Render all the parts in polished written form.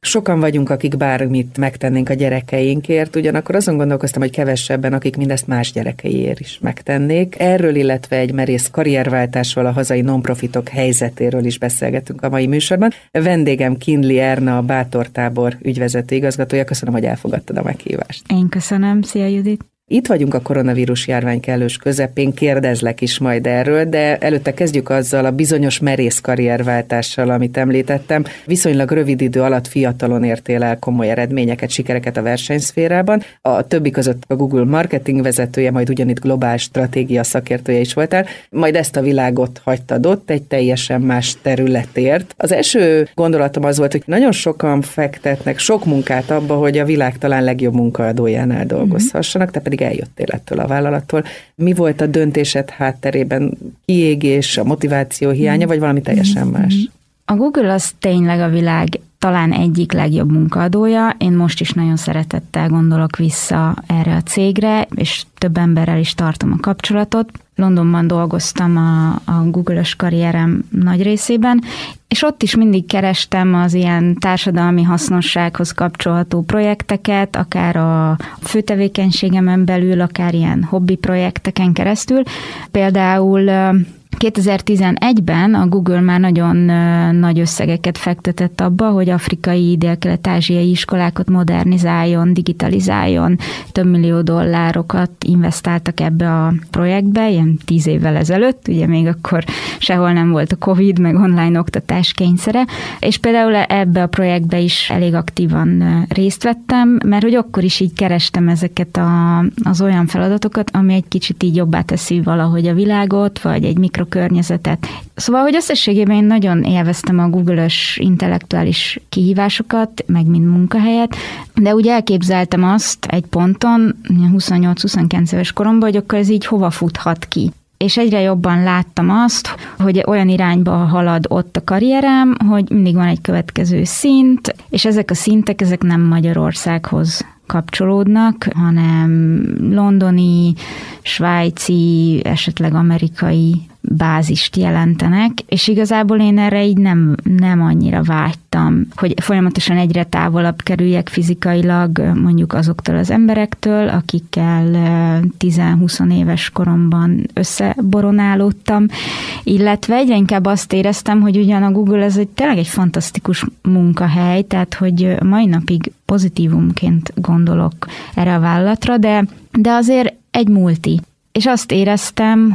Sokan vagyunk, akik bármit megtennénk a gyerekeinkért, ugyanakkor azon gondolkoztam, hogy kevesebben, akik mindezt más gyerekeiért is megtennék. Erről, illetve egy merész karrierváltásról, a hazai non-profitok helyzetéről is beszélgetünk a mai műsorban. Vendégem Kindli Erna, a Bátor Tábor ügyvezető igazgatója. Köszönöm, hogy elfogadtad a meghívást. Én köszönöm. Szia, Judit! Itt vagyunk a koronavírus járvány kellős közepén, kérdezlek is majd erről, de előtte kezdjük azzal a bizonyos merész karrierváltással, amit említettem. Viszonylag rövid idő alatt fiatalon értél el komoly eredményeket, sikereket a versenyszférában. A többi között a Google marketing vezetője, majd ugyanitt globális stratégia szakértője is voltál, majd ezt a világot hagytad ott egy teljesen más területért. Az első gondolatom az volt, hogy nagyon sokan fektetnek sok munkát abba, hogy a világ talán legjobb munkaadójánál dolgozhassanak, te pedig eljöttél ettől a vállalattól. Mi volt a döntésed hátterében? Kiégés, a motiváció hiánya, vagy valami teljesen más? A Google az tényleg a világ talán egyik legjobb munkaadója. Én most is nagyon szeretettel gondolok vissza erre a cégre, és több emberrel is tartom a kapcsolatot. Londonban dolgoztam a Google-ös karrierem nagy részében, és ott is mindig kerestem az ilyen társadalmi hasznossághoz kapcsolható projekteket, akár a főtevékenységemen belül, akár ilyen hobbi projekteken keresztül. Például 2011-ben a Google már nagyon nagy összegeket fektetett abba, hogy afrikai, délkelet-ázsiai iskolákat modernizáljon, digitalizáljon. $több millió investáltak ebbe a projektbe, ilyen 10 évvel ezelőtt, ugye még akkor sehol nem volt a Covid, meg online oktatás kényszere, és például ebbe a projektbe is elég aktívan részt vettem, mert hogy akkor is így kerestem ezeket az olyan feladatokat, ami egy kicsit így jobbá teszi valahogy a világot, vagy egy mikrokörnyezetet. Szóval, hogy összességében én nagyon élveztem a Google-ös intellektuális kihívásokat, meg mind munkahelyet, de úgy elképzeltem azt egy ponton, 28-29 éves koromban, hogy akkor ez így hova futhat ki. És egyre jobban láttam azt, hogy olyan irányba halad ott a karrierem, hogy mindig van egy következő szint, és ezek a szintek, ezek nem Magyarországhoz kapcsolódnak, hanem londoni, svájci, esetleg amerikai bázist jelentenek, és igazából én erre így nem annyira vágytam, hogy folyamatosan egyre távolabb kerüljek fizikailag mondjuk azoktól az emberektől, akikkel 10-20 éves koromban összeboronálódtam, illetve egyre inkább azt éreztem, hogy ugyan a Google ez tényleg egy fantasztikus munkahely, tehát hogy mai napig pozitívumként gondolok erre a vállalatra, de azért egy multi. És azt éreztem,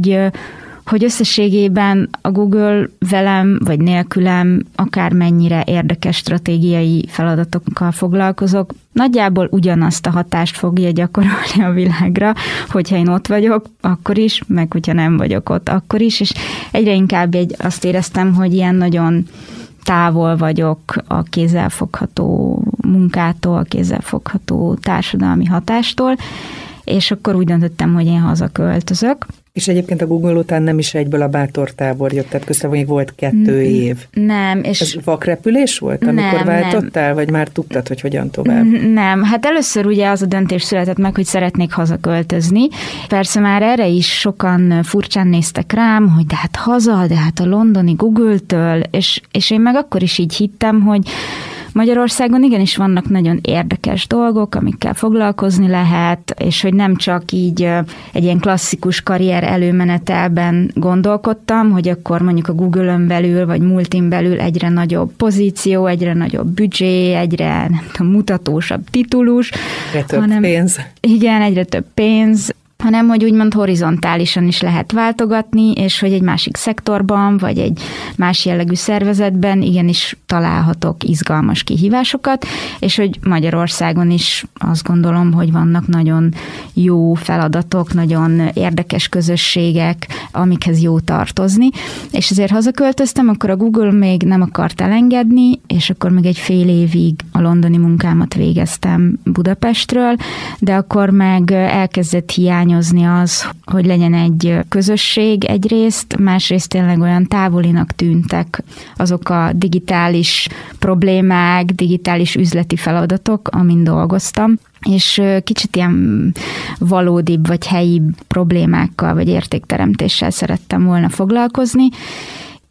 hogy összességében a Google velem vagy nélkülem akármennyire érdekes stratégiai feladatokkal foglalkozok, nagyjából ugyanazt a hatást fogja gyakorolni a világra, hogyha én ott vagyok, akkor is, meg hogyha nem vagyok ott, akkor is, és egyre inkább azt éreztem, hogy ilyen nagyon távol vagyok a kézzelfogható munkától, a kézzelfogható társadalmi hatástól, és akkor úgy döntöttem, hogy én hazaköltözök. És egyébként a Google után nem is egyből a Bátor Tábor jött, tehát közben volt 2 év. Nem. És ez vakrepülés volt, amikor váltottál, vagy már tudtad, hogy hogyan tovább? Nem, hát először ugye az a döntés született meg, hogy szeretnék hazaköltözni. Persze már erre is sokan furcsán néztek rám, hogy de hát haza, de hát a londoni Google-től, és én meg akkor is így hittem, hogy Magyarországon igenis vannak nagyon érdekes dolgok, amikkel foglalkozni lehet, és hogy nem csak így egy ilyen klasszikus karrier előmenetelben gondolkodtam, hogy akkor mondjuk a Google-ön belül, vagy multin belül egyre nagyobb pozíció, egyre nagyobb büdzsé, egyre mutatósabb titulus. Egyre több pénz. Igen, egyre több pénz, hanem hogy úgymond horizontálisan is lehet váltogatni, és hogy egy másik szektorban, vagy egy más jellegű szervezetben igenis találhatok izgalmas kihívásokat, és hogy Magyarországon is azt gondolom, hogy vannak nagyon jó feladatok, nagyon érdekes közösségek, amikhez jó tartozni, és ezért hazaköltöztem, akkor a Google még nem akart elengedni, és akkor még egy fél évig a londoni munkámat végeztem Budapestről, de akkor meg elkezdett hiányozni az, hogy legyen egy közösség egyrészt, másrészt tényleg olyan távolinak tűntek azok a digitális problémák, digitális üzleti feladatok, amin dolgoztam, és kicsit ilyen valódibb vagy helyi problémákkal vagy értékteremtéssel szerettem volna foglalkozni,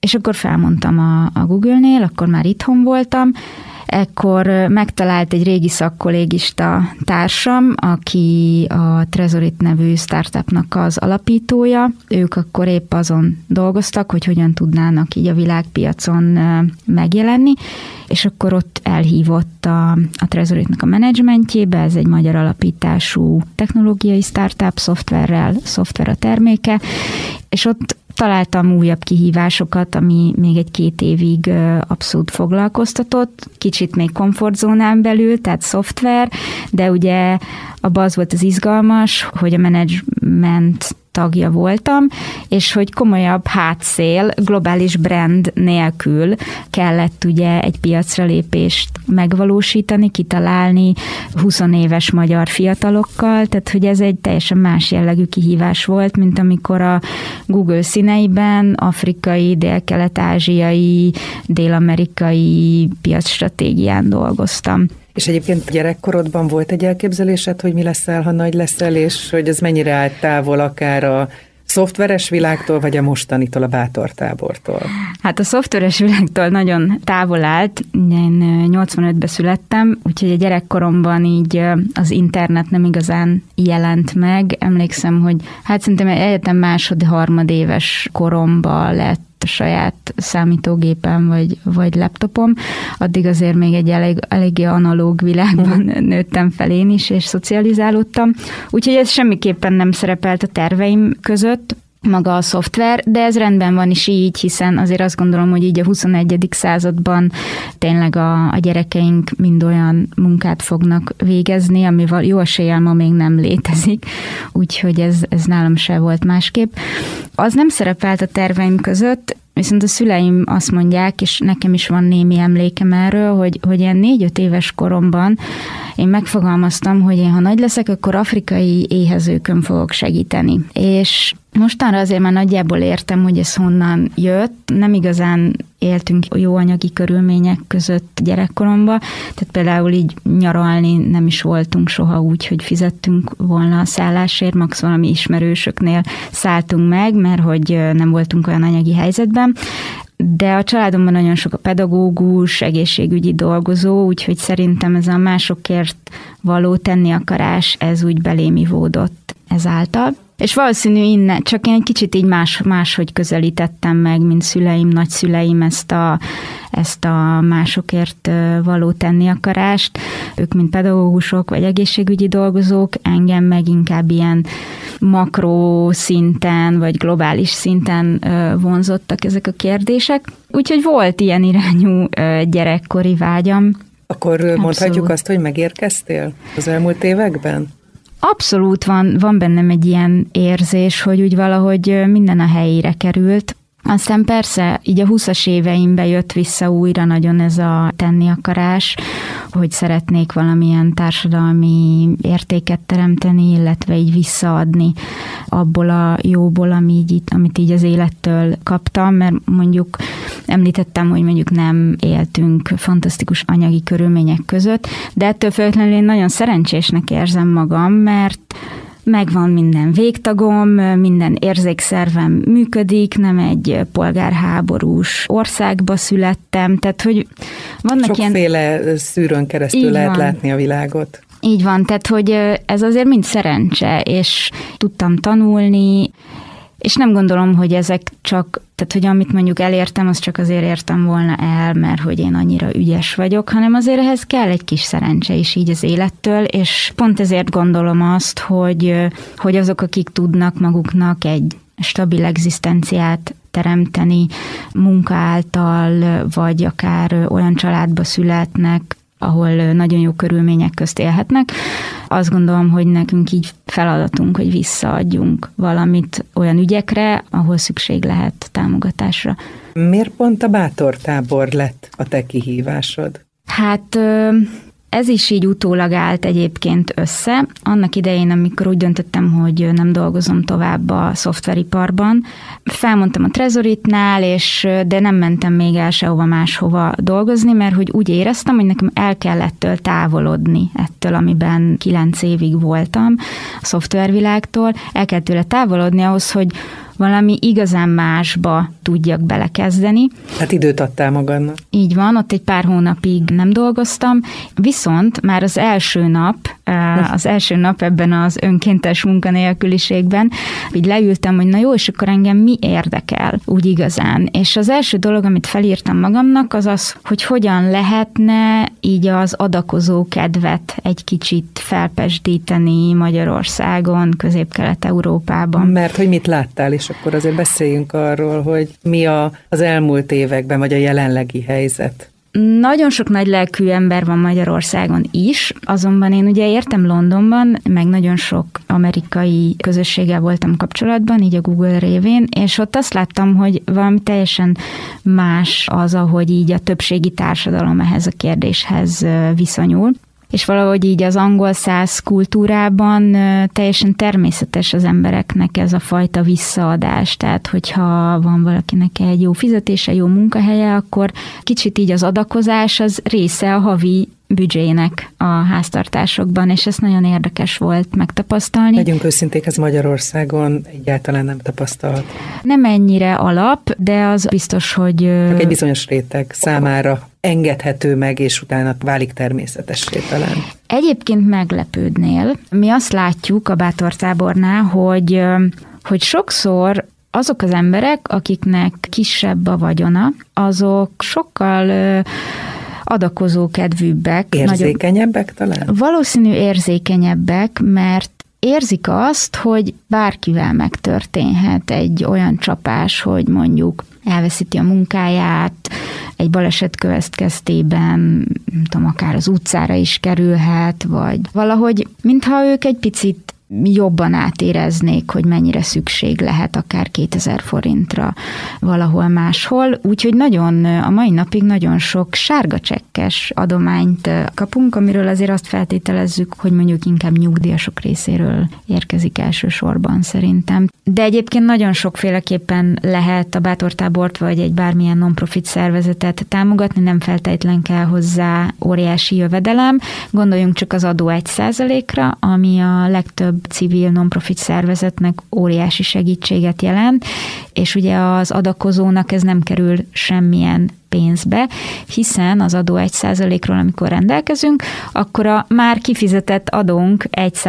És akkor felmondtam a Google-nél, akkor már itthon voltam, ekkor megtalált egy régi szakkollégista társam, aki a Trezorit nevű startupnak az alapítója. Ők akkor épp azon dolgoztak, hogy hogyan tudnának így a világpiacon megjelenni, és akkor ott elhívott a Trezoritnak a menedzsmentjébe, ez egy magyar alapítású technológiai startup, szoftver a terméke, és ott találtam újabb kihívásokat, ami még 1-2 évig abszolút foglalkoztatott, kicsit még komfortzónán belül, tehát szoftver, de ugye abban az volt az izgalmas, hogy a menedzsment tagja voltam, és hogy komolyabb hátszél, globális brand nélkül kellett ugye egy piacra lépést megvalósítani, kitalálni 20 éves magyar fiatalokkal, tehát hogy ez egy teljesen más jellegű kihívás volt, mint amikor a Google színeiben afrikai, dél-kelet-ázsiai, dél-amerikai piacstratégián dolgoztam. És egyébként gyerekkorodban volt egy elképzelésed, hogy mi leszel, ha nagy leszel, és hogy ez mennyire állt távol akár a szoftveres világtól, vagy a mostanitól, a bátortábortól? Hát a szoftveres világtól nagyon távol állt. Én 85-ben születtem, úgyhogy a gyerekkoromban így az internet nem igazán jelent meg. Emlékszem, hogy hát szerintem egyetem másod-harmadéves koromban lett a saját számítógépem vagy laptopom, addig azért még egy eléggé analóg világban nőttem fel én is, és szocializálódtam. Úgyhogy ez semmiképpen nem szerepelt a terveim között, maga a szoftver, de ez rendben van is így, hiszen azért azt gondolom, hogy így a 21. században tényleg a gyerekeink mind olyan munkát fognak végezni, amivel jó eséllyel ma még nem létezik, úgyhogy ez nálam se volt másképp. Az nem szerepelt a terveim között, viszont a szüleim azt mondják, és nekem is van némi emlékem erről, hogy ilyen 4-5 éves koromban én megfogalmaztam, hogy én ha nagy leszek, akkor afrikai éhezőkön fogok segíteni. És mostanra azért már nagyjából értem, hogy ez honnan jött. Nem igazán éltünk jó anyagi körülmények között gyerekkoromban, tehát például így nyaralni nem is voltunk soha úgy, hogy fizettünk volna a szállásért, max valami ismerősöknél szálltunk meg, mert hogy nem voltunk olyan anyagi helyzetben. De a családomban nagyon sok a pedagógus, egészségügyi dolgozó, úgyhogy szerintem ez a másokért való tenni akarás, ez úgy belém ivódott ezáltal. És valószínű innen, csak én egy kicsit így máshogy közelítettem meg, mint szüleim, nagyszüleim ezt a másokért való tenni akarást. Ők mint pedagógusok vagy egészségügyi dolgozók, engem meg inkább ilyen makró szinten vagy globális szinten vonzottak ezek a kérdések. Úgyhogy volt ilyen irányú gyerekkori vágyam. Akkor mondhatjuk azt, hogy megérkeztél az elmúlt években? Abszolút van bennem egy ilyen érzés, hogy úgy valahogy minden a helyére került. Aztán persze, így a 20-as éveimben jött vissza újra nagyon ez a tenni akarás, hogy szeretnék valamilyen társadalmi értéket teremteni, illetve így visszaadni abból a jóból, amit így az élettől kaptam, mert mondjuk említettem, hogy mondjuk nem éltünk fantasztikus anyagi körülmények között, de ettől függetlenül én nagyon szerencsésnek érzem magam, mert megvan minden végtagom, minden érzékszervem működik, nem egy polgárháborús országba születtem, tehát hogy vannak sokféle szűrőn keresztül lehet látni a világot. Így van, tehát hogy ez azért mind szerencse, és tudtam tanulni, és nem gondolom, hogy ezek csak, tehát hogy amit mondjuk elértem, az csak azért értem volna el, mert hogy én annyira ügyes vagyok, hanem azért ehhez kell egy kis szerencse is így az élettől, és pont ezért gondolom azt, hogy azok, akik tudnak maguknak egy stabil egzisztenciát teremteni munka által, vagy akár olyan családba születnek, ahol nagyon jó körülmények közt élhetnek. Azt gondolom, hogy nekünk így feladatunk, hogy visszaadjunk valamit olyan ügyekre, ahol szükség lehet támogatásra. Miért pont a bátortábor lett a te kihívásod? Hát ez is így utólag állt egyébként össze. Annak idején, amikor úgy döntöttem, hogy nem dolgozom tovább a szoftveriparban, felmondtam a Trezoritnál, de nem mentem még el sehova máshova dolgozni, mert hogy úgy éreztem, hogy nekem el kell ettől távolodni, ettől, amiben 9 évig voltam, a szoftvervilágtól. El kell tőle távolodni ahhoz, valami igazán másba tudjak belekezdeni. Hát időt adtál magadnak. Így van, ott egy pár hónapig nem dolgoztam, viszont már az első nap ebben az önkéntes munkanélküliségben, így leültem, hogy na jó, és akkor engem mi érdekel úgy igazán. És az első dolog, amit felírtam magamnak, az az, hogy hogyan lehetne így az adakozó kedvet egy kicsit felpesdíteni Magyarországon, Közép-Kelet-Európában. Mert hogy mit láttál, és akkor azért beszéljünk arról, hogy mi az elmúlt években, vagy a jelenlegi helyzet. Nagyon sok nagylelkű ember van Magyarországon is, azonban én ugye értem Londonban, meg nagyon sok amerikai közösséggel voltam kapcsolatban, így a Google révén, és ott azt láttam, hogy valami teljesen más az, ahogy így a többségi társadalom ehhez a kérdéshez viszonyul. És valahogy így az angol-szász kultúrában teljesen természetes az embereknek ez a fajta visszaadás. Tehát, hogyha van valakinek egy jó fizetése, jó munkahelye, akkor kicsit így az adakozás az része a havi büdzsének a háztartásokban, és ez nagyon érdekes volt megtapasztalni. Legyünk őszinték, ez Magyarországon egyáltalán nem tapasztalt. Nem ennyire alap, de az biztos, hogy... Csak egy bizonyos réteg számára engedhető meg, és utána válik természetessé talán. Egyébként meglepődnél. Mi azt látjuk a bátortábornál, hogy sokszor azok az emberek, akiknek kisebb a vagyona, azok sokkal adakozó kedvűbbek. Érzékenyebbek talán? Valószínű érzékenyebbek, mert érzik azt, hogy bárkivel megtörténhet egy olyan csapás, hogy mondjuk elveszíti a munkáját, egy baleset következtében, nem tudom, akár az utcára is kerülhet, vagy valahogy, mintha ők egy picit jobban átéreznék, hogy mennyire szükség lehet akár 2000 forintra valahol máshol. Úgyhogy a mai napig nagyon sok sárga csekkes adományt kapunk, amiről azért azt feltételezzük, hogy mondjuk inkább nyugdíjasok részéről érkezik elsősorban szerintem. De egyébként nagyon sokféleképpen lehet a bátortábort vagy egy bármilyen non-profit szervezetet támogatni, nem feltétlen kell hozzá óriási jövedelem. Gondoljunk csak az adó 1%-ra, ami a legtöbb civil non-profit szervezetnek óriási segítséget jelent, és ugye az adakozónak ez nem kerül semmilyen pénzbe, hiszen az adó 1%-ról, amikor rendelkezünk, akkor a már kifizetett adónk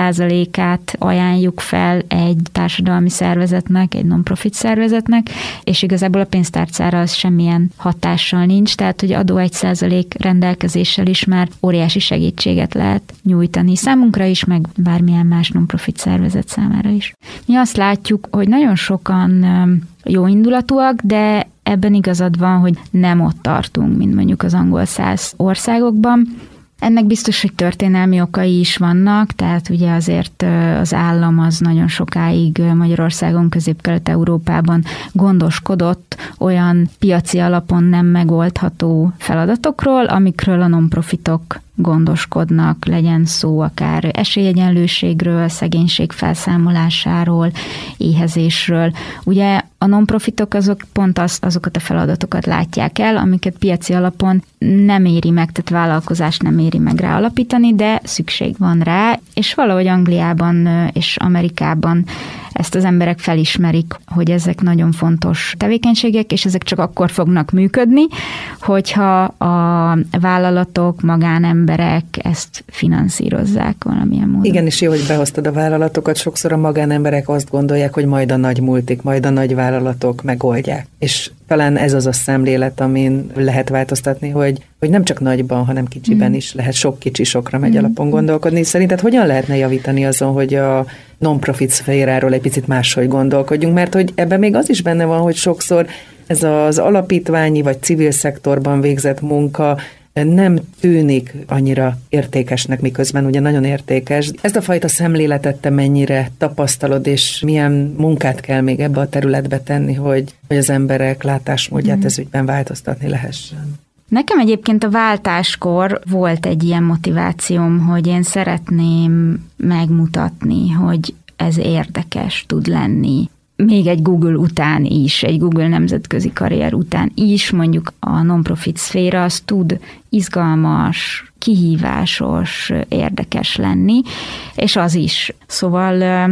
1%-át ajánljuk fel egy társadalmi szervezetnek, egy non-profit szervezetnek, és igazából a pénztárcára az semmilyen hatással nincs, tehát hogy adó 1% rendelkezéssel is már óriási segítséget lehet nyújtani számunkra is, meg bármilyen más non-profit szervezet számára is. Mi azt látjuk, hogy nagyon sokan jó indulatúak, de ebben igazad van, hogy nem ott tartunk, mint mondjuk az angol-szász országokban. Ennek biztos, hogy történelmi okai is vannak, tehát ugye azért az állam az nagyon sokáig Magyarországon, Közép-Kelet-Európában gondoskodott olyan piaci alapon nem megoldható feladatokról, amikről a non-profitok gondoskodnak, legyen szó akár esélyegyenlőségről, szegénység felszámolásáról, éhezésről. Ugye a non-profitok azok pont azokat a feladatokat látják el, amiket piaci alapon nem éri meg, tehát vállalkozást nem éri meg rá alapítani, de szükség van rá, és valahogy Angliában és Amerikában ezt az emberek felismerik, hogy ezek nagyon fontos tevékenységek, és ezek csak akkor fognak működni, hogyha a vállalatok, magánemberek ezt finanszírozzák valamilyen módon. Igen, és jó, hogy behoztad a vállalatokat. Sokszor a magánemberek azt gondolják, hogy majd a nagy multik, majd a nagy vállalatok megoldják. És talán ez az a szemlélet, amin lehet változtatni, hogy nem csak nagyban, hanem kicsiben is lehet, sok kicsi sokra megy alapon gondolkodni. Szerinted hogyan lehetne javítani azon, hogy a non-profit szféráról egy picit máshogy gondolkodjunk, mert hogy ebben még az is benne van, hogy sokszor ez az alapítványi vagy civil szektorban végzett munka nem tűnik annyira értékesnek, miközben ugye nagyon értékes. Ezt a fajta szemléletet te mennyire tapasztalod, és milyen munkát kell még ebbe a területbe tenni, hogy az emberek látásmódját ez ügyben változtatni lehessen? Nekem egyébként a váltáskor volt egy ilyen motivációm, hogy én szeretném megmutatni, hogy ez érdekes tud lenni. Még egy Google után is, egy Google nemzetközi karrier után is, mondjuk a non-profit szféra az tud izgalmas, kihívásos, érdekes lenni, és az is. Szóval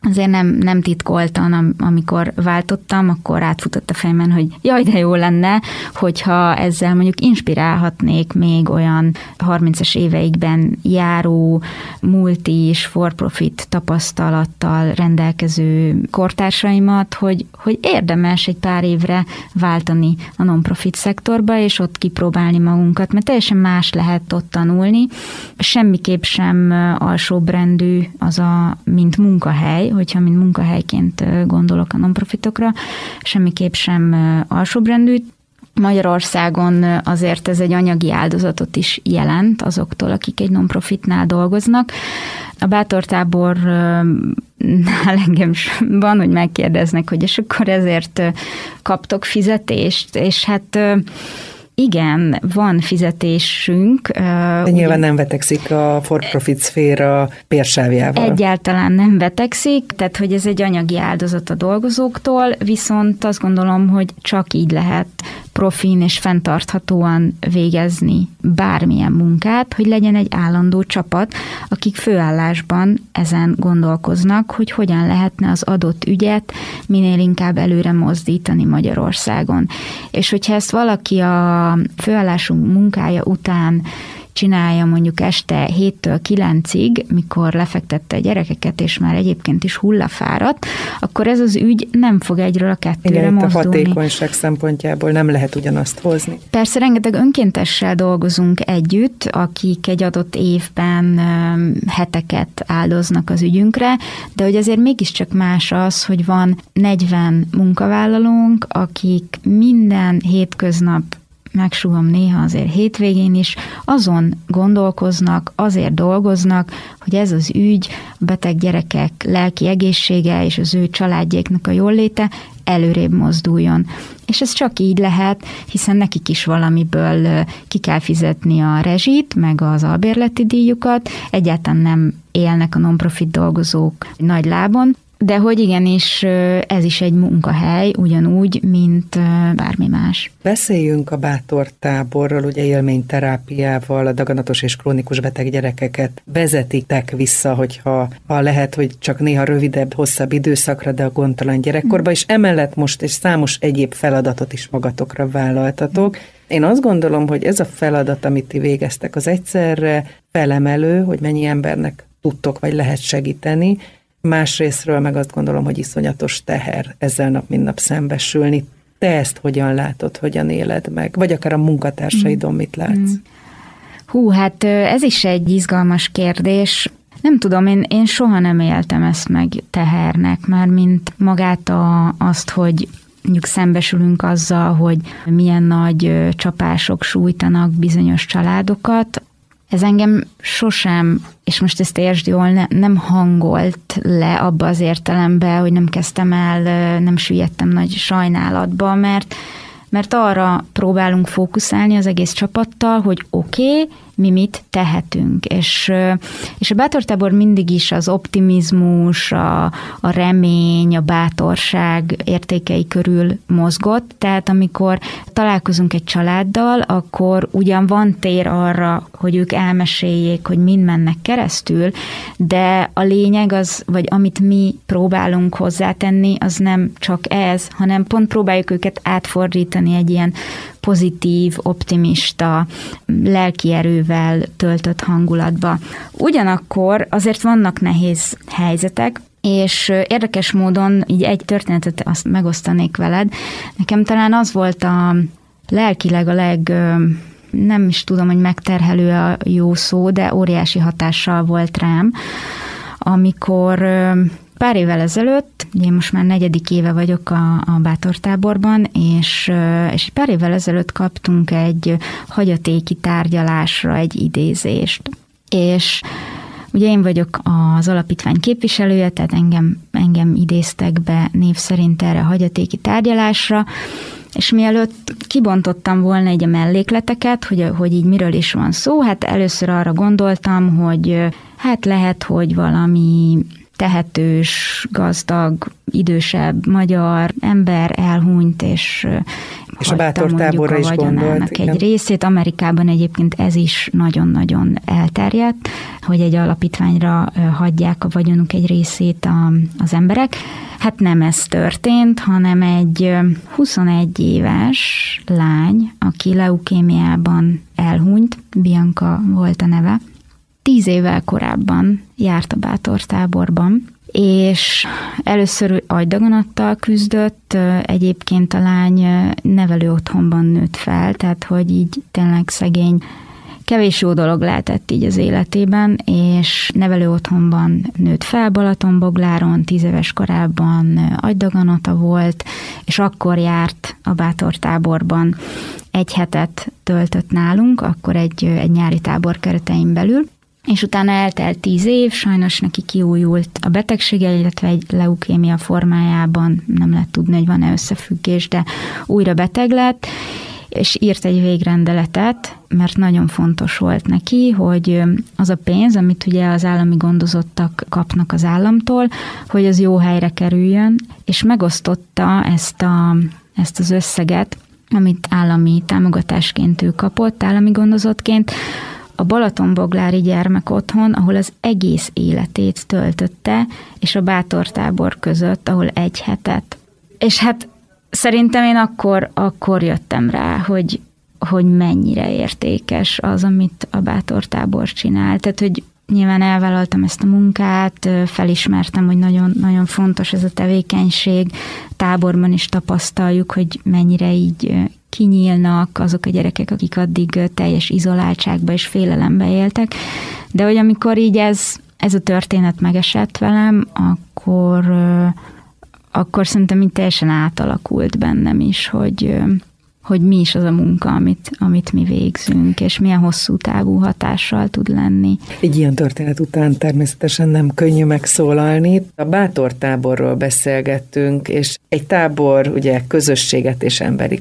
azért nem titkoltan, amikor váltottam, akkor átfutott a fejemben, hogy jaj, de jó lenne, hogyha ezzel mondjuk inspirálhatnék még olyan 30-es éveikben járó, multi és for-profit tapasztalattal rendelkező kortársaimat, hogy érdemes egy pár évre váltani a non-profit szektorba, és ott kipróbálni magunkat, mert teljesen más lehet ott tanulni. Semmiképp sem alsóbrendű az mint munkahely, hogyha mint munkahelyként gondolok a non-profitokra, semmiképp sem alsóbrendű. Magyarországon azért ez egy anyagi áldozatot is jelent azoktól, akik egy non-profitnál dolgoznak. A bátortábornál engem van, hogy megkérdeznek, hogy és akkor ezért kaptok fizetést, és hát igen, van fizetésünk. De nyilván nem vetekszik a for-profit szféra pérsávjával. Egyáltalán nem vetekszik, tehát hogy ez egy anyagi áldozat a dolgozóktól, viszont azt gondolom, hogy csak így lehet profin és fenntarthatóan végezni bármilyen munkát, hogy legyen egy állandó csapat, akik főállásban ezen gondolkoznak, hogy hogyan lehetne az adott ügyet minél inkább előre mozdítani Magyarországon. És hogyha ezt valaki a főállásunk munkája után csinálja mondjuk este 7-től 9-ig, mikor lefektette a gyerekeket, és már egyébként is hullafáradt, akkor ez az ügy nem fog egyről a kettőre mozdulni. A hatékonyság szempontjából nem lehet ugyanazt hozni. Persze rengeteg önkéntessel dolgozunk együtt, akik egy adott évben heteket áldoznak az ügyünkre, de hogy azért mégiscsak más az, hogy van 40 munkavállalónk, akik minden hétköznap, megsúgom néha azért hétvégén is, azon gondolkoznak, azért dolgoznak, hogy ez az ügy, a beteg gyerekek lelki egészsége és az ő családjéknak a jóléte előrébb mozduljon. És ez csak így lehet, hiszen nekik is valamiből ki kell fizetni a rezsit, meg az albérleti díjukat, egyáltalán nem élnek a non-profit dolgozók nagy lábon, de hogy igenis ez is egy munkahely, ugyanúgy, mint bármi más. Beszéljünk a bátortáborról, ugye élményterápiával, a daganatos és krónikus beteg gyerekeket vezetitek vissza, hogyha lehet, hogy csak néha rövidebb, hosszabb időszakra, de a gondtalan gyerekkorba, és emellett most és számos egyéb feladatot is magatokra vállaltatok. Én azt gondolom, hogy ez a feladat, amit ti végeztek, az egyszerre felemelő, hogy mennyi embernek tudtok vagy lehet segíteni, másrésztről meg azt gondolom, hogy iszonyatos teher ezzel nap mint nap szembesülni. Te ezt hogyan látod, hogyan éled meg? Vagy akár a munkatársaidon mit látsz? Hát ez is egy izgalmas kérdés. Nem tudom, én soha nem éltem ezt meg tehernek, már mint magát azt, hogy mondjuk szembesülünk azzal, hogy milyen nagy csapások sújtanak bizonyos családokat. Ez engem sosem, és most ezt értsd jól, nem hangolt le abba az értelembe, hogy nem kezdtem el, nem süllyedtem nagy sajnálatba, mert arra próbálunk fókuszálni az egész csapattal, hogy oké, mi mit tehetünk. És a bátortábor mindig is az optimizmus, a remény, a bátorság értékei körül mozgott, tehát amikor találkozunk egy családdal, akkor ugyan van tér arra, hogy ők elmeséljék, hogy mind mennek keresztül, de a lényeg az, vagy amit mi próbálunk hozzátenni, az nem csak ez, hanem pont próbáljuk őket átfordítani egy ilyen pozitív, optimista, lelki erővel töltött hangulatba. Ugyanakkor azért vannak nehéz helyzetek, és érdekes módon így egy történetet azt megosztanék veled. Nekem talán az volt a lelkileg nem is tudom, hogy megterhelő a jó szó, de óriási hatással volt rám, amikor pár évvel ezelőtt, én most már 4. éve vagyok a bátortáborban, és egy pár évvel ezelőtt kaptunk egy hagyatéki tárgyalásra egy idézést. És ugye én vagyok az alapítvány képviselője, tehát engem idéztek be név szerint erre a hagyatéki tárgyalásra, és mielőtt kibontottam volna egy a mellékleteket, hogy így miről is van szó, hát először arra gondoltam, hogy hát lehet, hogy valami tehetős, gazdag, idősebb magyar ember elhunyt, és És a bátortáborra is gondolt. Egy részét. Amerikában egyébként ez is nagyon-nagyon elterjedt, hogy egy alapítványra hagyják a vagyonuk egy részét az emberek. Hát nem ez történt, hanem egy 21 éves lány, aki leukémiában elhunyt, Bianca volt a neve, 10 évvel korábban járt a bátortáborban, és először agydaganattal küzdött, egyébként a lány nevelő otthonban nőtt fel, tehát hogy így tényleg szegény, kevés jó dolog lehetett így az életében, és nevelő otthonban nőtt fel Balatonbogláron, 10 éves korában agydaganata volt, és akkor járt a bátortáborban, 1 hetet töltött nálunk, akkor egy nyári tábor keretein belül, és utána eltelt 10 év, sajnos neki kiújult a betegsége, illetve egy leukémia formájában, nem lehet tudni, hogy van-e összefüggés, de újra beteg lett, és írt egy végrendeletet, mert nagyon fontos volt neki, hogy az a pénz, amit ugye az állami gondozottak kapnak az államtól, hogy az jó helyre kerüljön, és megosztotta ezt az összeget, amit állami támogatásként ő kapott, állami gondozottként, a Balatonboglári gyermekotthon, ahol az egész életét töltötte, és a bátortábor között, ahol 1 hetet. És hát szerintem én akkor jöttem rá, hogy mennyire értékes az, amit a bátortábor csinál. Tehát, hogy nyilván elvállaltam ezt a munkát, felismertem, hogy nagyon, nagyon fontos ez a tevékenység. Táborban is tapasztaljuk, hogy mennyire így kinyílnak azok a gyerekek, akik addig teljes izoláltságba és félelembe éltek. De hogy amikor így ez a történet megesett velem, akkor szerintem így teljesen átalakult bennem is, hogy mi is az a munka, amit mi végzünk, és milyen hosszú távú hatással tud lenni. Egy ilyen történet után természetesen nem könnyű megszólalni. A bátortáborról beszélgettünk, és egy tábor ugye közösséget és emberi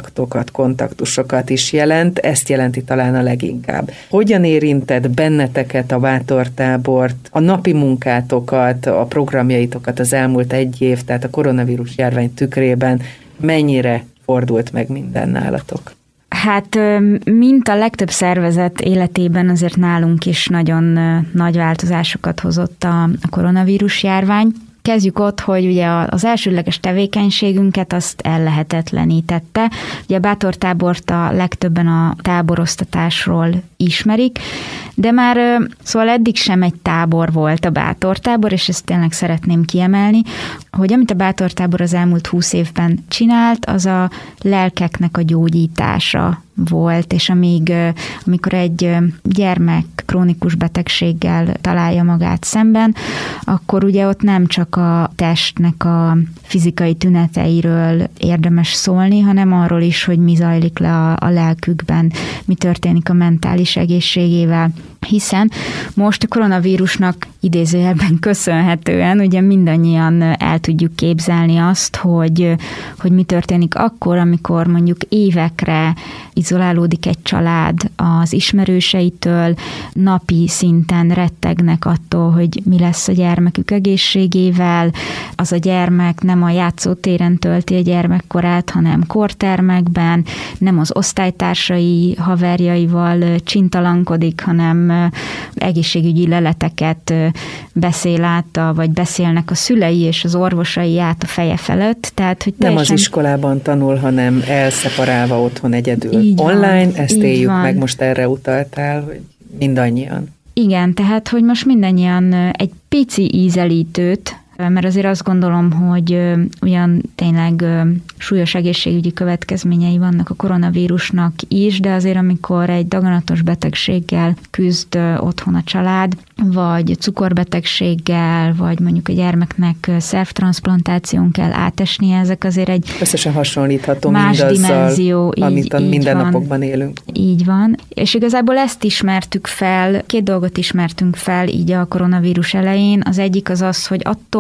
kontaktusokat is jelent, ezt jelenti talán a leginkább. Hogyan érintett benneteket a bátortábort, a napi munkátokat, a programjaitokat az elmúlt 1 év, tehát a koronavírus járvány tükrében mennyire fordult meg minden nálatok? Hát, mint a legtöbb szervezet életében, azért nálunk is nagyon nagy változásokat hozott a koronavírus járvány. Kezdjük ott, hogy ugye az elsődleges tevékenységünket azt ellehetetlenítette. Ugye a bátortábort a legtöbben a táboroztatásról ismerik, de már szóval eddig sem egy tábor volt a bátortábor, és ezt tényleg szeretném kiemelni, hogy amit a bátortábor az elmúlt 20 évben csinált, az a lelkeknek a gyógyítása volt, és amikor egy gyermek krónikus betegséggel találja magát szemben, akkor ugye ott nem csak a testnek a fizikai tüneteiről érdemes szólni, hanem arról is, hogy mi zajlik le a lelkükben, mi történik a mentális egészségével, hiszen most a koronavírusnak idézőjelben köszönhetően ugye mindannyian el tudjuk képzelni azt, hogy mi történik akkor, amikor mondjuk évekre izolálódik egy család az ismerőseitől, napi szinten rettegnek attól, hogy mi lesz a gyermekük egészségével, az a gyermek nem a játszótéren tölti a gyermekkorát, hanem kortermekben, nem az osztálytársai, haverjaival csintalankodik, hanem egészségügyi leleteket beszél át, vagy beszélnek a szülei és az orvosai át a feje felett. Tehát, hogy nem az iskolában tanul, hanem elszeparálva otthon egyedül. Így online, van, ezt éljük meg, most erre utaltál, hogy mindannyian. Igen, tehát, hogy most mindannyian egy pici ízelítőt, mert azért azt gondolom, hogy ugyan tényleg súlyos egészségügyi következményei vannak a koronavírusnak is, de azért amikor egy daganatos betegséggel küzd otthon a család, vagy cukorbetegséggel, vagy mondjuk a gyermeknek szervtranszplantáción kell átesnie, ezek azért egy összesen hasonlítható más dimenzió, amit a mindennapokban élünk. Így van. És igazából ezt ismertük fel, 2 dolgot ismertünk fel így a koronavírus elején. Az egyik az az, hogy attól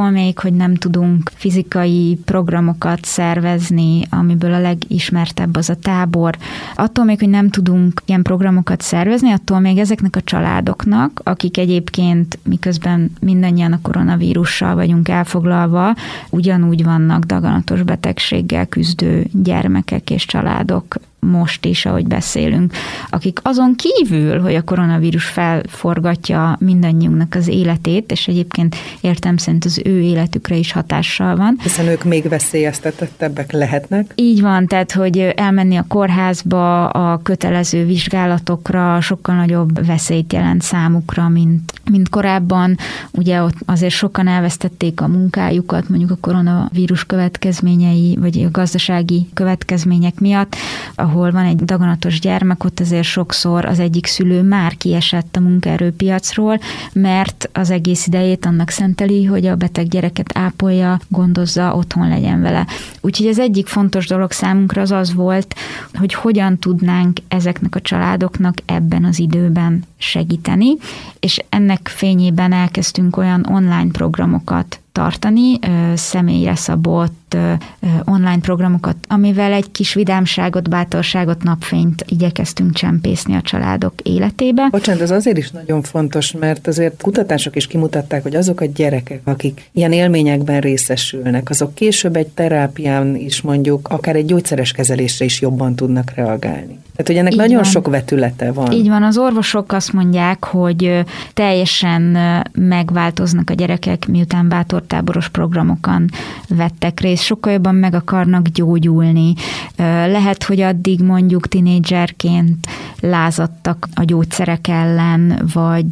attól még, hogy nem tudunk fizikai programokat szervezni, amiből a legismertebb az a tábor, attól még, hogy nem tudunk ilyen programokat szervezni, attól még ezeknek a családoknak, akik egyébként miközben mindannyian a koronavírussal vagyunk elfoglalva, ugyanúgy vannak daganatos betegséggel küzdő gyermekek és családok most is, ahogy beszélünk, akik azon kívül, hogy a koronavírus felforgatja mindannyiunknak az életét, és egyébként értem szerint az ő életükre is hatással van. Hiszen ők még veszélyeztetettebbek lehetnek. Így van, tehát, hogy elmenni a kórházba, a kötelező vizsgálatokra sokkal nagyobb veszélyt jelent számukra, mint korábban. Ugye ott azért sokan elvesztették a munkájukat, mondjuk a koronavírus következményei, vagy a gazdasági következmények miatt, ahol van egy daganatos gyermek, ott azért sokszor az egyik szülő már kiesett a munkaerőpiacról, mert az egész idejét annak szenteli, hogy a beteg gyereket ápolja, gondozza, otthon legyen vele. Úgyhogy az egyik fontos dolog számunkra az volt, hogy hogyan tudnánk ezeknek a családoknak ebben az időben segíteni, és ennek fényében elkezdtünk olyan online programokat tartani, személyre szabott online programokat, amivel egy kis vidámságot, bátorságot, napfényt igyekeztünk csempészni a családok életébe. Bocsánat, ez azért is nagyon fontos, mert azért kutatások is kimutatták, hogy azok a gyerekek, akik ilyen élményekben részesülnek, azok később egy terápián is mondjuk, akár egy gyógyszeres kezelésre is jobban tudnak reagálni. Tehát, hogy ennek így nagyon van. Sok vetülete van. Így van, az orvosok azt mondják, hogy teljesen megváltoznak a gyerekek, miután bátortáboros programokon vettek részt, sokkal jobban meg akarnak gyógyulni. Lehet, hogy addig mondjuk tinédzserként lázadtak a gyógyszerek ellen,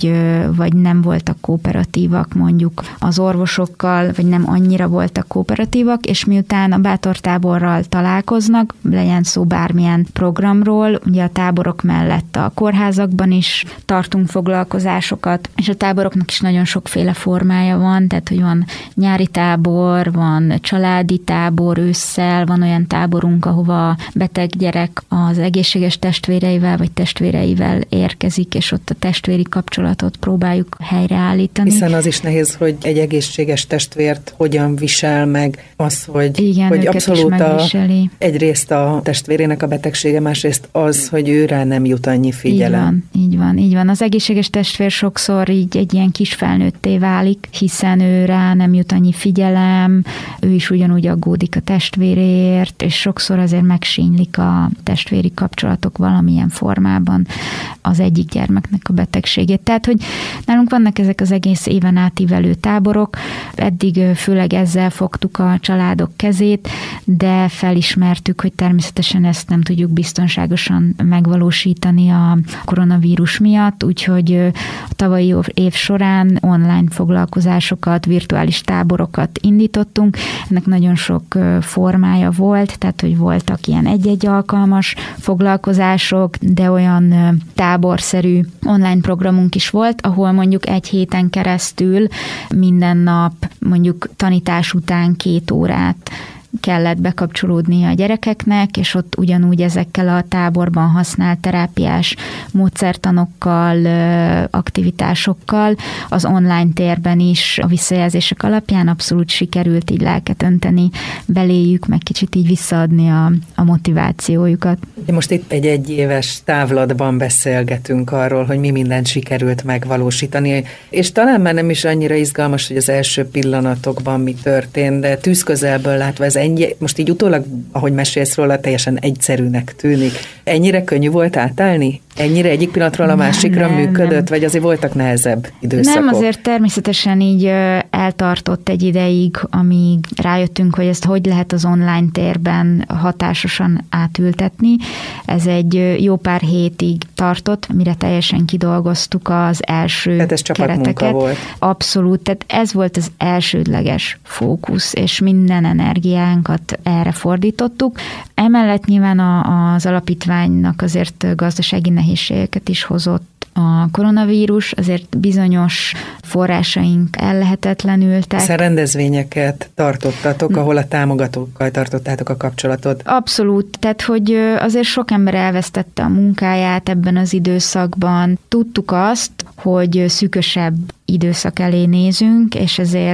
vagy nem voltak kooperatívak mondjuk az orvosokkal, vagy nem annyira voltak kooperatívak, és miután a bátortáborral találkoznak, legyen szó bármilyen programról, ugye a táborok mellett a kórházakban is tartunk foglalkozásokat, és a táboroknak is nagyon sokféle formája van, tehát hogy van nyári tábor, van családi tábor ősszel, van olyan táborunk, ahova a beteg gyerek az egészséges testvéreivel vagy testvéreivel érkezik, és ott a testvéri kapcsolatot próbáljuk helyreállítani. Hiszen az is nehéz, hogy egy egészséges testvért hogyan visel meg az, hogy, igen, hogy abszolút egyrészt a testvérének a betegsége, másrészt az, hogy őrá nem jut annyi figyelem. Így van. Az egészséges testvér sokszor így egy ilyen kis felnőtté válik, hiszen őrá nem jut annyi figyelem, ő is ugyanúgy aggódik a testvéréért, és sokszor azért megsínylik a testvéri kapcsolatok valamilyen formában az egyik gyermeknek a betegségét. Tehát, hogy nálunk vannak ezek az egész éven átívelő táborok, eddig főleg ezzel fogtuk a családok kezét, de felismertük, hogy természetesen ezt nem tudjuk biztonságosan megvalósítani a koronavírus miatt, úgyhogy a tavalyi év során online foglalkozásokat, virtuális táborokat indítottunk. Ennek nagyon sok formája volt, tehát hogy voltak ilyen egy-egy alkalmas foglalkozások, de olyan táborszerű online programunk is volt, ahol mondjuk egy héten keresztül minden nap mondjuk tanítás után 2 órát kellett bekapcsolódni a gyerekeknek, és ott ugyanúgy ezekkel a táborban használt terápiás módszertanokkal, aktivitásokkal az online térben is a visszajelzések alapján abszolút sikerült így lelket önteni beléjük, meg kicsit így visszaadni a motivációjukat. Most itt egy egyéves távlatban beszélgetünk arról, hogy mi mindent sikerült megvalósítani, és talán már nem is annyira izgalmas, hogy az első pillanatokban mi történt, de tűzközelből látva ez most így utólag, ahogy mesélsz róla, teljesen egyszerűnek tűnik. Ennyire könnyű volt átállni? Ennyire egyik pillanatról a másikra működött, vagy azért voltak nehezebb időszakok? Nem, azért természetesen így eltartott egy ideig, amíg rájöttünk, hogy ezt hogy lehet az online térben hatásosan átültetni. Ez egy jó pár hétig tartott, mire teljesen kidolgoztuk az első tehát ez csapatmunka volt. Abszolút, tehát ez volt az elsődleges fókusz, és minden energiánkat erre fordítottuk. Emellett nyilván az alapítványnak azért gazdasági nehézségeket is hozott a koronavírus, azért bizonyos forrásaink ellehetetlenültek. Hiszen rendezvényeket tartottatok, ahol a támogatókkal tartottátok a kapcsolatot. Abszolút, tehát hogy azért sok ember elvesztette a munkáját ebben az időszakban. Tudtuk azt, hogy szűkösebb időszak elé nézünk, és ezért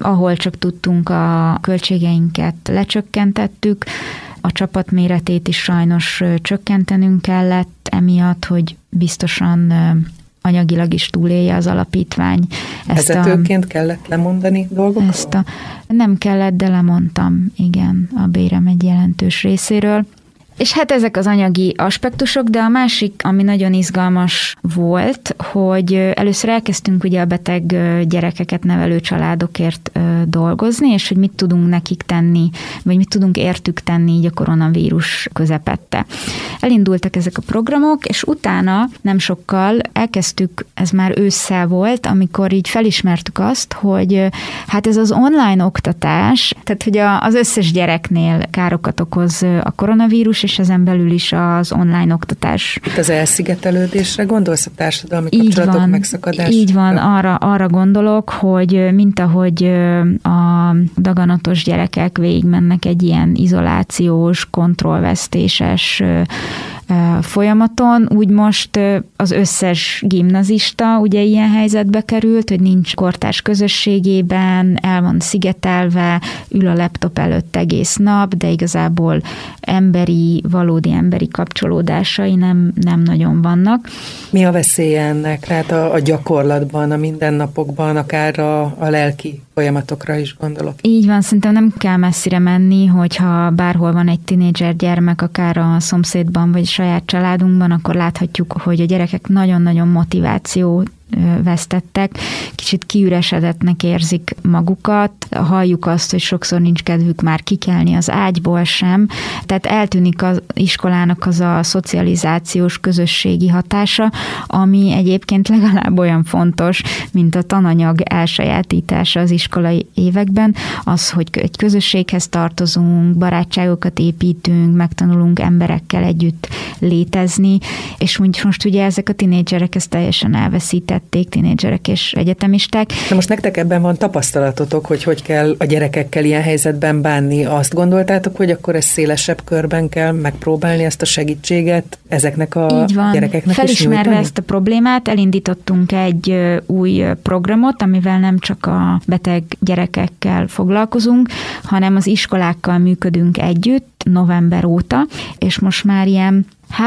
ahol csak tudtunk, a költségeinket lecsökkentettük, a csapat méretét is sajnos csökkentenünk kellett, emiatt, hogy biztosan anyagilag is túlélje az alapítvány. Vezetőként kellett lemondani dolgokról? Nem kellett, de lemondtam, igen, a bérem egy jelentős részéről. És hát ezek az anyagi aspektusok, de a másik, ami nagyon izgalmas volt, hogy először elkezdtünk ugye a beteg gyerekeket nevelő családokért dolgozni, és hogy mit tudunk nekik tenni, vagy mit tudunk értük tenni így a koronavírus közepette. Elindultak ezek a programok, és utána nem sokkal elkezdtük, ez már ősszel volt, amikor így felismertük azt, hogy hát ez az online oktatás, tehát hogy az összes gyereknél károkat okoz a koronavírus, és ezen belül is az online oktatás. Itt az elszigetelődésre gondolsz, a társadalmi kapcsolatok megszakadására? Így van, arra gondolok, hogy mint ahogy a daganatos gyerekek végigmennek egy ilyen izolációs, kontrollvesztéses folyamaton, úgy most az összes gimnazista ugye ilyen helyzetbe került, hogy nincs kortárs közösségében, el van szigetelve, ül a laptop előtt egész nap, de igazából valódi emberi kapcsolódásai nem nagyon vannak. Mi a veszélye ennek? Hát a gyakorlatban, a mindennapokban, akár a lelki folyamatokra is gondolok. Így van, szerintem nem kell messzire menni, hogyha bárhol van egy tinédzser gyermek, akár a szomszédban, vagy saját családunkban, akkor láthatjuk, hogy a gyerekek nagyon-nagyon motivációt vesztettek, kicsit kiüresedettnek érzik magukat, halljuk azt, hogy sokszor nincs kedvük már kikelni az ágyból sem, tehát eltűnik az iskolának az a szocializációs közösségi hatása, ami egyébként legalább olyan fontos, mint a tananyag elsajátítása az iskolai években, az, hogy egy közösséghez tartozunk, barátságokat építünk, megtanulunk emberekkel együtt létezni, és most ugye ezek a tinédzserek ezt teljesen elveszítették, tinédzserek és egyetemisták. Na most nektek ebben van tapasztalatotok, hogy kell a gyerekekkel ilyen helyzetben bánni. Azt gondoltátok, hogy akkor ezt szélesebb körben kell megpróbálni ezt a segítséget ezeknek a gyerekeknek Felismerve is nyújtani? ezt a problémát, elindítottunk egy új programot, amivel nem csak a beteg gyerekekkel foglalkozunk, hanem az iskolákkal működünk együtt november óta, és most már ilyen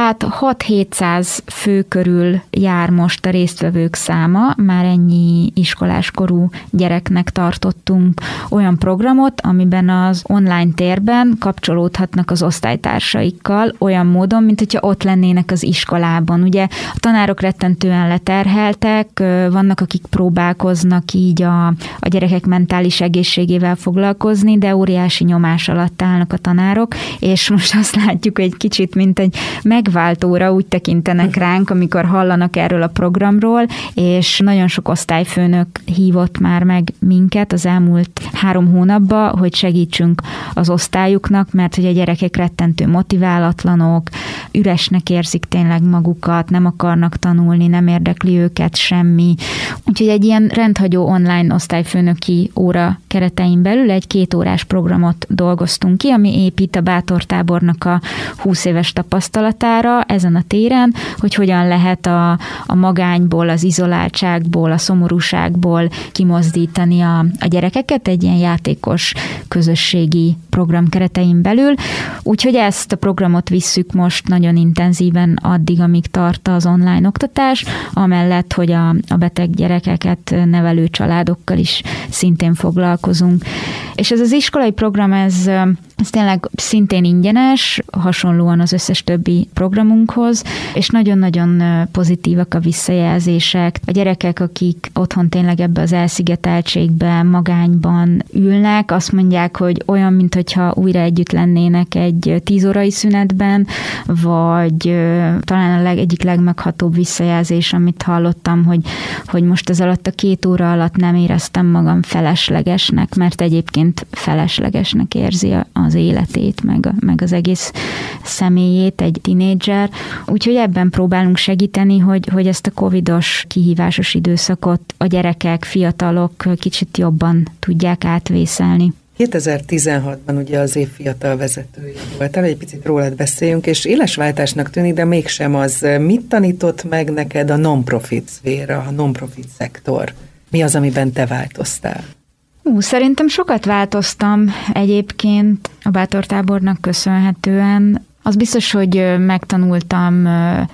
6-700 fő körül jár most a résztvevők száma, már ennyi iskoláskorú gyereknek tartottunk olyan programot, amiben az online térben kapcsolódhatnak az osztálytársaikkal olyan módon, mint hogyha ott lennének az iskolában. Ugye a tanárok rettentően leterheltek, vannak, akik próbálkoznak így a gyerekek mentális egészségével foglalkozni, de óriási nyomás alatt állnak a tanárok, és most azt látjuk, hogy egy kicsit, mint egy megváltóra úgy tekintenek ránk, amikor hallanak erről a programról, és nagyon sok osztályfőnök hívott már meg minket az elmúlt 3 hónapban, hogy segítsünk az osztályuknak, mert hogy a gyerekek rettentő motiválatlanok, üresnek érzik tényleg magukat, nem akarnak tanulni, nem érdekli őket semmi. Úgyhogy egy ilyen rendhagyó online osztályfőnöki óra keretein belül egy 2 órás programot dolgoztunk ki, ami épít a Bátortábornak a 20 éves tapasztalatára ezen a téren, hogy hogyan lehet a magányból, az izoláltságból, a szomorúságból kimozdítani a gyerekeket egy ilyen játékos közösségi program keretein belül. Úgyhogy ezt a programot visszük most nagyon intenzíven addig, amíg tart az online oktatás, amellett, hogy a beteg gyerekeket nevelő családokkal is szintén foglalkozunk. És ez az iskolai program, ez tényleg szintén ingyenes, hasonlóan az összes többi programunkhoz, és nagyon-nagyon pozitívak a visszajelzések. A gyerekek, akik otthon tényleg ebbe az elszigeteltségben, magányban ülnek, azt mondják, hogy olyan, mintha újra együtt lennének egy 10 órai szünetben, vagy talán egyik legmeghatóbb visszajelzés, amit hallottam, hogy most ez alatt a 2 óra alatt nem éreztem magam feleslegesnek, mert egyébként feleslegesnek érzi az életét, meg az egész személyét egy tinédzser. Úgyhogy ebben próbálunk segíteni, hogy ezt a covidos kihívásos időszakot a gyerekek, fiatalok kicsit jobban tudják átvészelni. 2016-ban ugye az év fiatal vezetője voltál, egy picit rólad beszéljünk, és éles váltásnak tűnik, de mégsem az. Mit tanított meg neked a non-profit szféra, a non-profit szektor? Mi az, amiben te változtál? Szerintem sokat változtam egyébként a bátortábornak köszönhetően. Az biztos, hogy megtanultam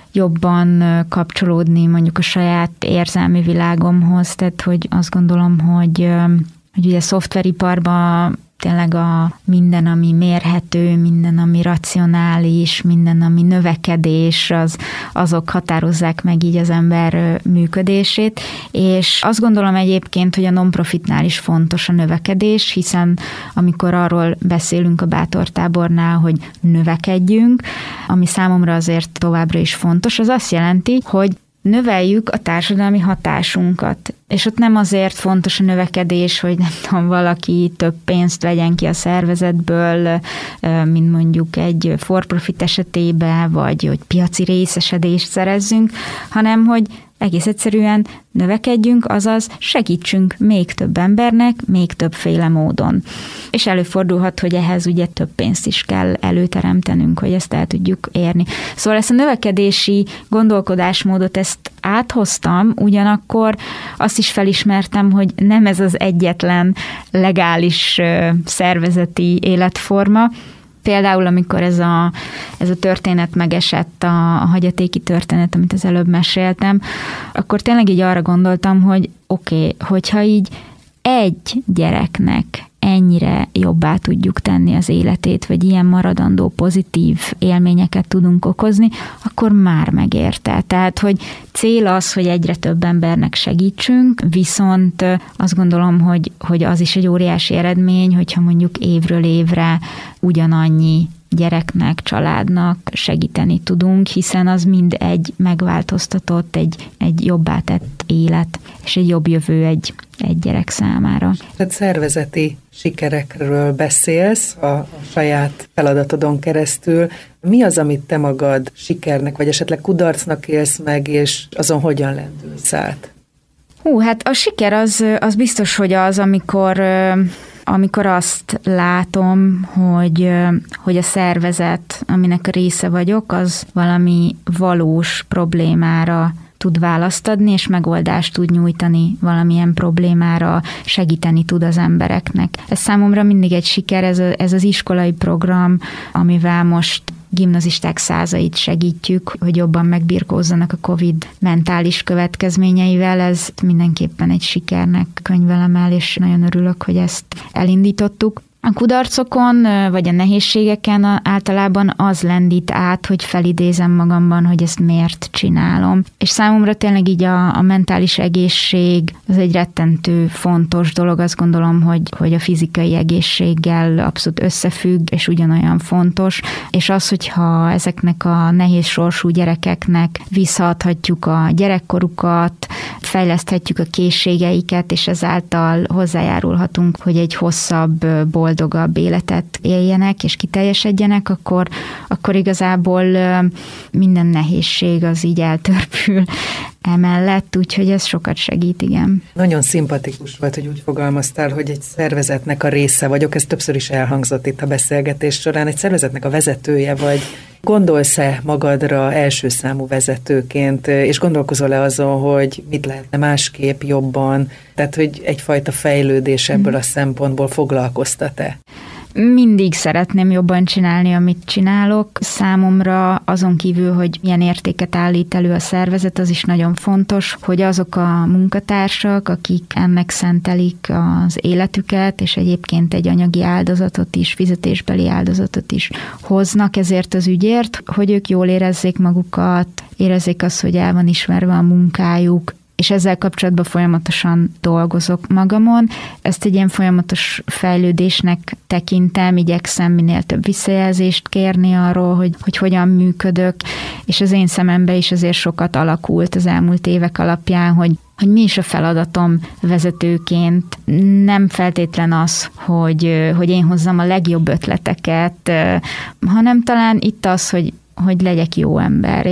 jobban kapcsolódni mondjuk a saját érzelmi világomhoz, tehát hogy azt gondolom, hogy ugye szoftveriparban tényleg minden, ami mérhető, minden, ami racionális, minden, ami növekedés, azok határozzák meg így az ember működését, és azt gondolom egyébként, hogy a non-profitnál is fontos a növekedés, hiszen amikor arról beszélünk a bátortábornál, hogy növekedjünk, ami számomra azért továbbra is fontos, az azt jelenti, hogy növeljük a társadalmi hatásunkat. És ott nem azért fontos a növekedés, hogy nem tudom, valaki több pénzt vegyen ki a szervezetből, mint mondjuk egy for-profit esetében, vagy hogy piaci részesedést szerezzünk, hanem hogy egész egyszerűen növekedjünk, azaz segítsünk még több embernek, még többféle módon. És előfordulhat, hogy ehhez ugye több pénzt is kell előteremtenünk, hogy ezt el tudjuk érni. Szóval ezt a növekedési gondolkodásmódot ezt áthoztam, ugyanakkor azt is felismertem, hogy nem ez az egyetlen legális szervezeti életforma. Például, amikor ez a történet megesett, a hagyatéki történet, amit az előbb meséltem, akkor tényleg így arra gondoltam, hogy oké, hogyha így egy gyereknek ennyire jobbá tudjuk tenni az életét, vagy ilyen maradandó pozitív élményeket tudunk okozni, akkor már megérte. Tehát, hogy cél az, hogy egyre több embernek segítsünk, viszont azt gondolom, hogy az is egy óriási eredmény, hogyha mondjuk évről évre ugyanannyi gyereknek, családnak segíteni tudunk, hiszen az mind egy megváltoztatott, egy jobbá tett élet, és egy jobb jövő egy gyerek számára. Tehát szervezeti sikerekről beszélsz a saját feladatodon keresztül. Mi az, amit te magad sikernek, vagy esetleg kudarcnak élsz meg, és azon hogyan lendülsz át? Hát a siker az biztos, hogy az, amikor azt látom, hogy a szervezet, aminek a része vagyok, az valami valós problémára tud választ adni, és megoldást tud nyújtani valamilyen problémára, segíteni tud az embereknek. Ez számomra mindig egy siker, ez az iskolai program, amivel most gimnazisták százait segítjük, hogy jobban megbirkózzanak a Covid mentális következményeivel, ez mindenképpen egy sikernek könyvelem el, és nagyon örülök, hogy ezt elindítottuk. A kudarcokon, vagy a nehézségeken általában az lendít át, hogy felidézem magamban, hogy ezt miért csinálom. És számomra tényleg így a mentális egészség az egy rettentő fontos dolog, azt gondolom, hogy a fizikai egészséggel abszolút összefügg, és ugyanolyan fontos. És az, hogyha ezeknek a nehéz sorsú gyerekeknek visszaadhatjuk a gyerekkorukat, fejleszthetjük a készségeiket, és ezáltal hozzájárulhatunk, hogy egy hosszabb, boldogabb életet éljenek, és kiteljesedjenek, akkor igazából minden nehézség az így eltörpül emellett, úgyhogy ez sokat segít, igen. Nagyon szimpatikus volt, hogy úgy fogalmaztál, hogy egy szervezetnek a része vagyok, ez többször is elhangzott itt a beszélgetés során, egy szervezetnek a vezetője vagy. Gondolsz-e magadra első számú vezetőként, és gondolkozol-e azon, hogy mit lehetne másképp, jobban, tehát hogy egyfajta fejlődés ebből a szempontból foglalkoztat-e? Mindig szeretném jobban csinálni, amit csinálok. Számomra azon kívül, hogy milyen értéket állít elő a szervezet, az is nagyon fontos, hogy azok a munkatársak, akik ennek szentelik az életüket, és egyébként egy anyagi áldozatot is, fizetésbeli áldozatot is hoznak ezért az ügyért, hogy ők jól érezzék magukat, érezzék azt, hogy el van ismerve a munkájuk, és ezzel kapcsolatban folyamatosan dolgozok magamon. Ezt egy ilyen folyamatos fejlődésnek tekintem, igyekszem minél több visszajelzést kérni arról, hogy hogyan működök, és az én szememben is azért sokat alakult az elmúlt évek alapján, hogy mi is a feladatom vezetőként. Nem feltétlen az, hogy én hozzam a legjobb ötleteket, hanem talán itt az, hogy legyek jó ember,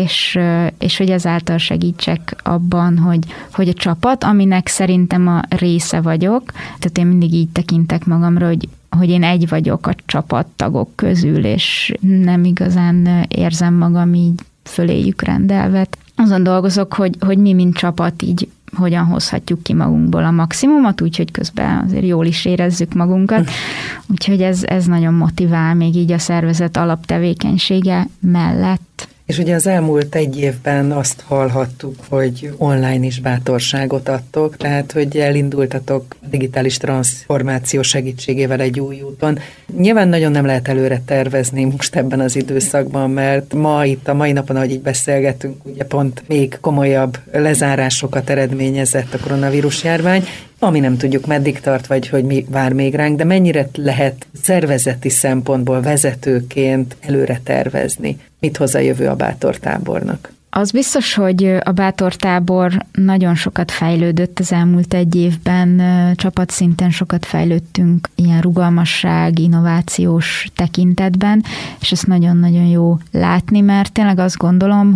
és hogy ezáltal segítsek abban, hogy a csapat, aminek szerintem a része vagyok, tehát én mindig így tekintek magamra, hogy én egy vagyok a csapattagok közül, és nem igazán érzem magam így föléjük rendelve. Azon dolgozok, hogy mi, mint csapat így hogyan hozhatjuk ki magunkból a maximumot, úgyhogy közben azért jól is érezzük magunkat. Úgyhogy ez nagyon motivál még így a szervezet alaptevékenysége mellett. És ugye az elmúlt egy évben azt hallhattuk, hogy online is bátorságot adtok, tehát hogy elindultatok digitális transformáció segítségével egy új úton. Nyilván nagyon nem lehet előre tervezni most ebben az időszakban, mert a mai napon, ahogy így beszélgetünk, ugye pont még komolyabb lezárásokat eredményezett a koronavírus járvány, ami nem tudjuk meddig tart, vagy hogy mi vár még ránk, de mennyire lehet szervezeti szempontból vezetőként előre tervezni? Mit hoz a jövő a bátortábornak? Az biztos, hogy a bátortábor nagyon sokat fejlődött az elmúlt egy évben, csapatszinten sokat fejlődtünk ilyen rugalmasság, innovációs tekintetben, és ezt nagyon-nagyon jó látni, mert tényleg azt gondolom,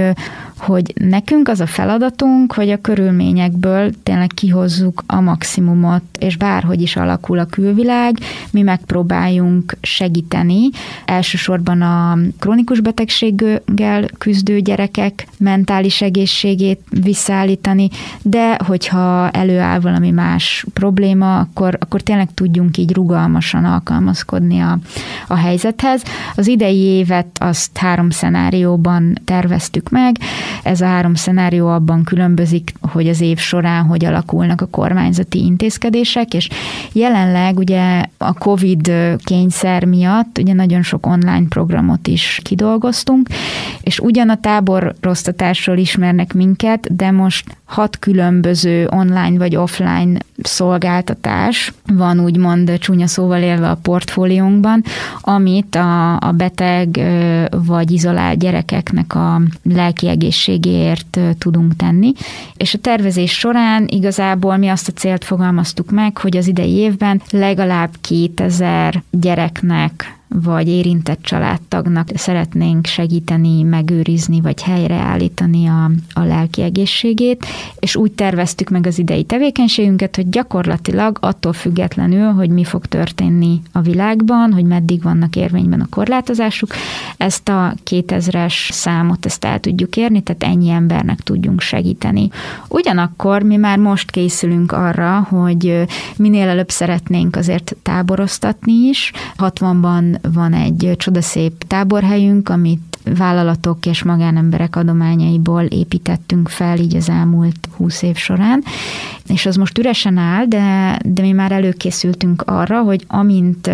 hogy nekünk az a feladatunk, hogy a körülményekből tényleg kihozzuk a maximumot, és bárhogy is alakul a külvilág, mi megpróbáljunk segíteni, elsősorban a krónikus betegséggel küzdő gyerekek mentális egészségét visszaállítani, de hogyha előáll valami más probléma, akkor tényleg tudjunk így rugalmasan alkalmazkodni a helyzethez. Az idei évet azt 3 szenárióban terveztük meg. Ez a 3 szenárió abban különbözik, hogy az év során hogy alakulnak a kormányzati intézkedések, és jelenleg ugye a COVID kényszer miatt ugye nagyon sok online programot is kidolgoztunk, és ugyan a táboroztatásról ismernek minket, de most 6 különböző online vagy offline szolgáltatás van úgymond csúnya szóval élve a portfóliónkban, amit a beteg vagy izolált gyerekeknek a lelki egészségéért tudunk tenni. És a tervezés során igazából mi azt a célt fogalmaztuk meg, hogy az idei évben legalább 2000 gyereknek vagy érintett családtagnak szeretnénk segíteni, megőrizni, vagy helyreállítani a lelki egészségét, és úgy terveztük meg az idei tevékenységünket, hogy gyakorlatilag attól függetlenül, hogy mi fog történni a világban, hogy meddig vannak érvényben a korlátozásuk, ezt a 2000-es számot ezt el tudjuk érni, tehát ennyi embernek tudjunk segíteni. Ugyanakkor mi már most készülünk arra, hogy minél előbb szeretnénk azért táboroztatni is. 60-ban van egy csodaszép táborhelyünk, amit vállalatok és magánemberek adományaiból építettünk fel így az elmúlt 20 év során, és az most üresen áll, de mi már előkészültünk arra, hogy amint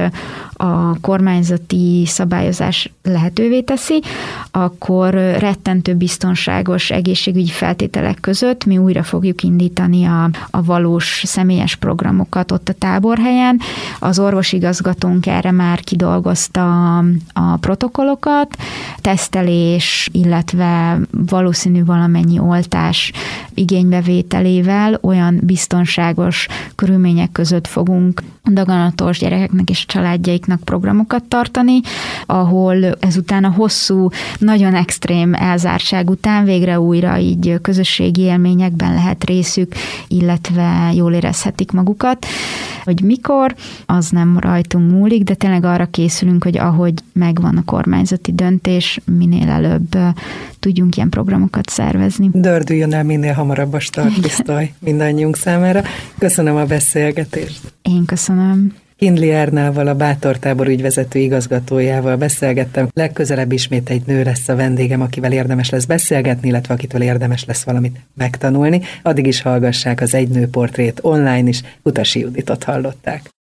a kormányzati szabályozás lehetővé teszi, akkor rettentő biztonságos egészségügyi feltételek között mi újra fogjuk indítani a valós személyes programokat ott a táborhelyen. Az orvosigazgatónk erre már kidolgozta a protokollokat, tesztelés, illetve valószínű valamennyi oltás igénybevételével olyan biztonságos körülmények között fogunk daganatos gyerekeknek és családjaiknak programokat tartani, ahol ezután a hosszú, nagyon extrém elzártság után végre újra így közösségi élményekben lehet részük, illetve jól érezhetik magukat. Hogy mikor, az nem rajtunk múlik, de tényleg arra készülünk, hogy ahogy megvan a kormányzati döntés, minél előbb tudjunk ilyen programokat szervezni. Dördüljön el minél hamarabb a startpisztoly mindannyiunk számára. Köszönöm a beszélgetést. Én köszönöm. Kindli Árnával, a Bátortábor ügyvezető igazgatójával beszélgettem. Legközelebb ismét egy nő lesz a vendégem, akivel érdemes lesz beszélgetni, illetve akitől érdemes lesz valamit megtanulni. Addig is hallgassák az Egy nő portrét online is. Utasi Juditot hallották.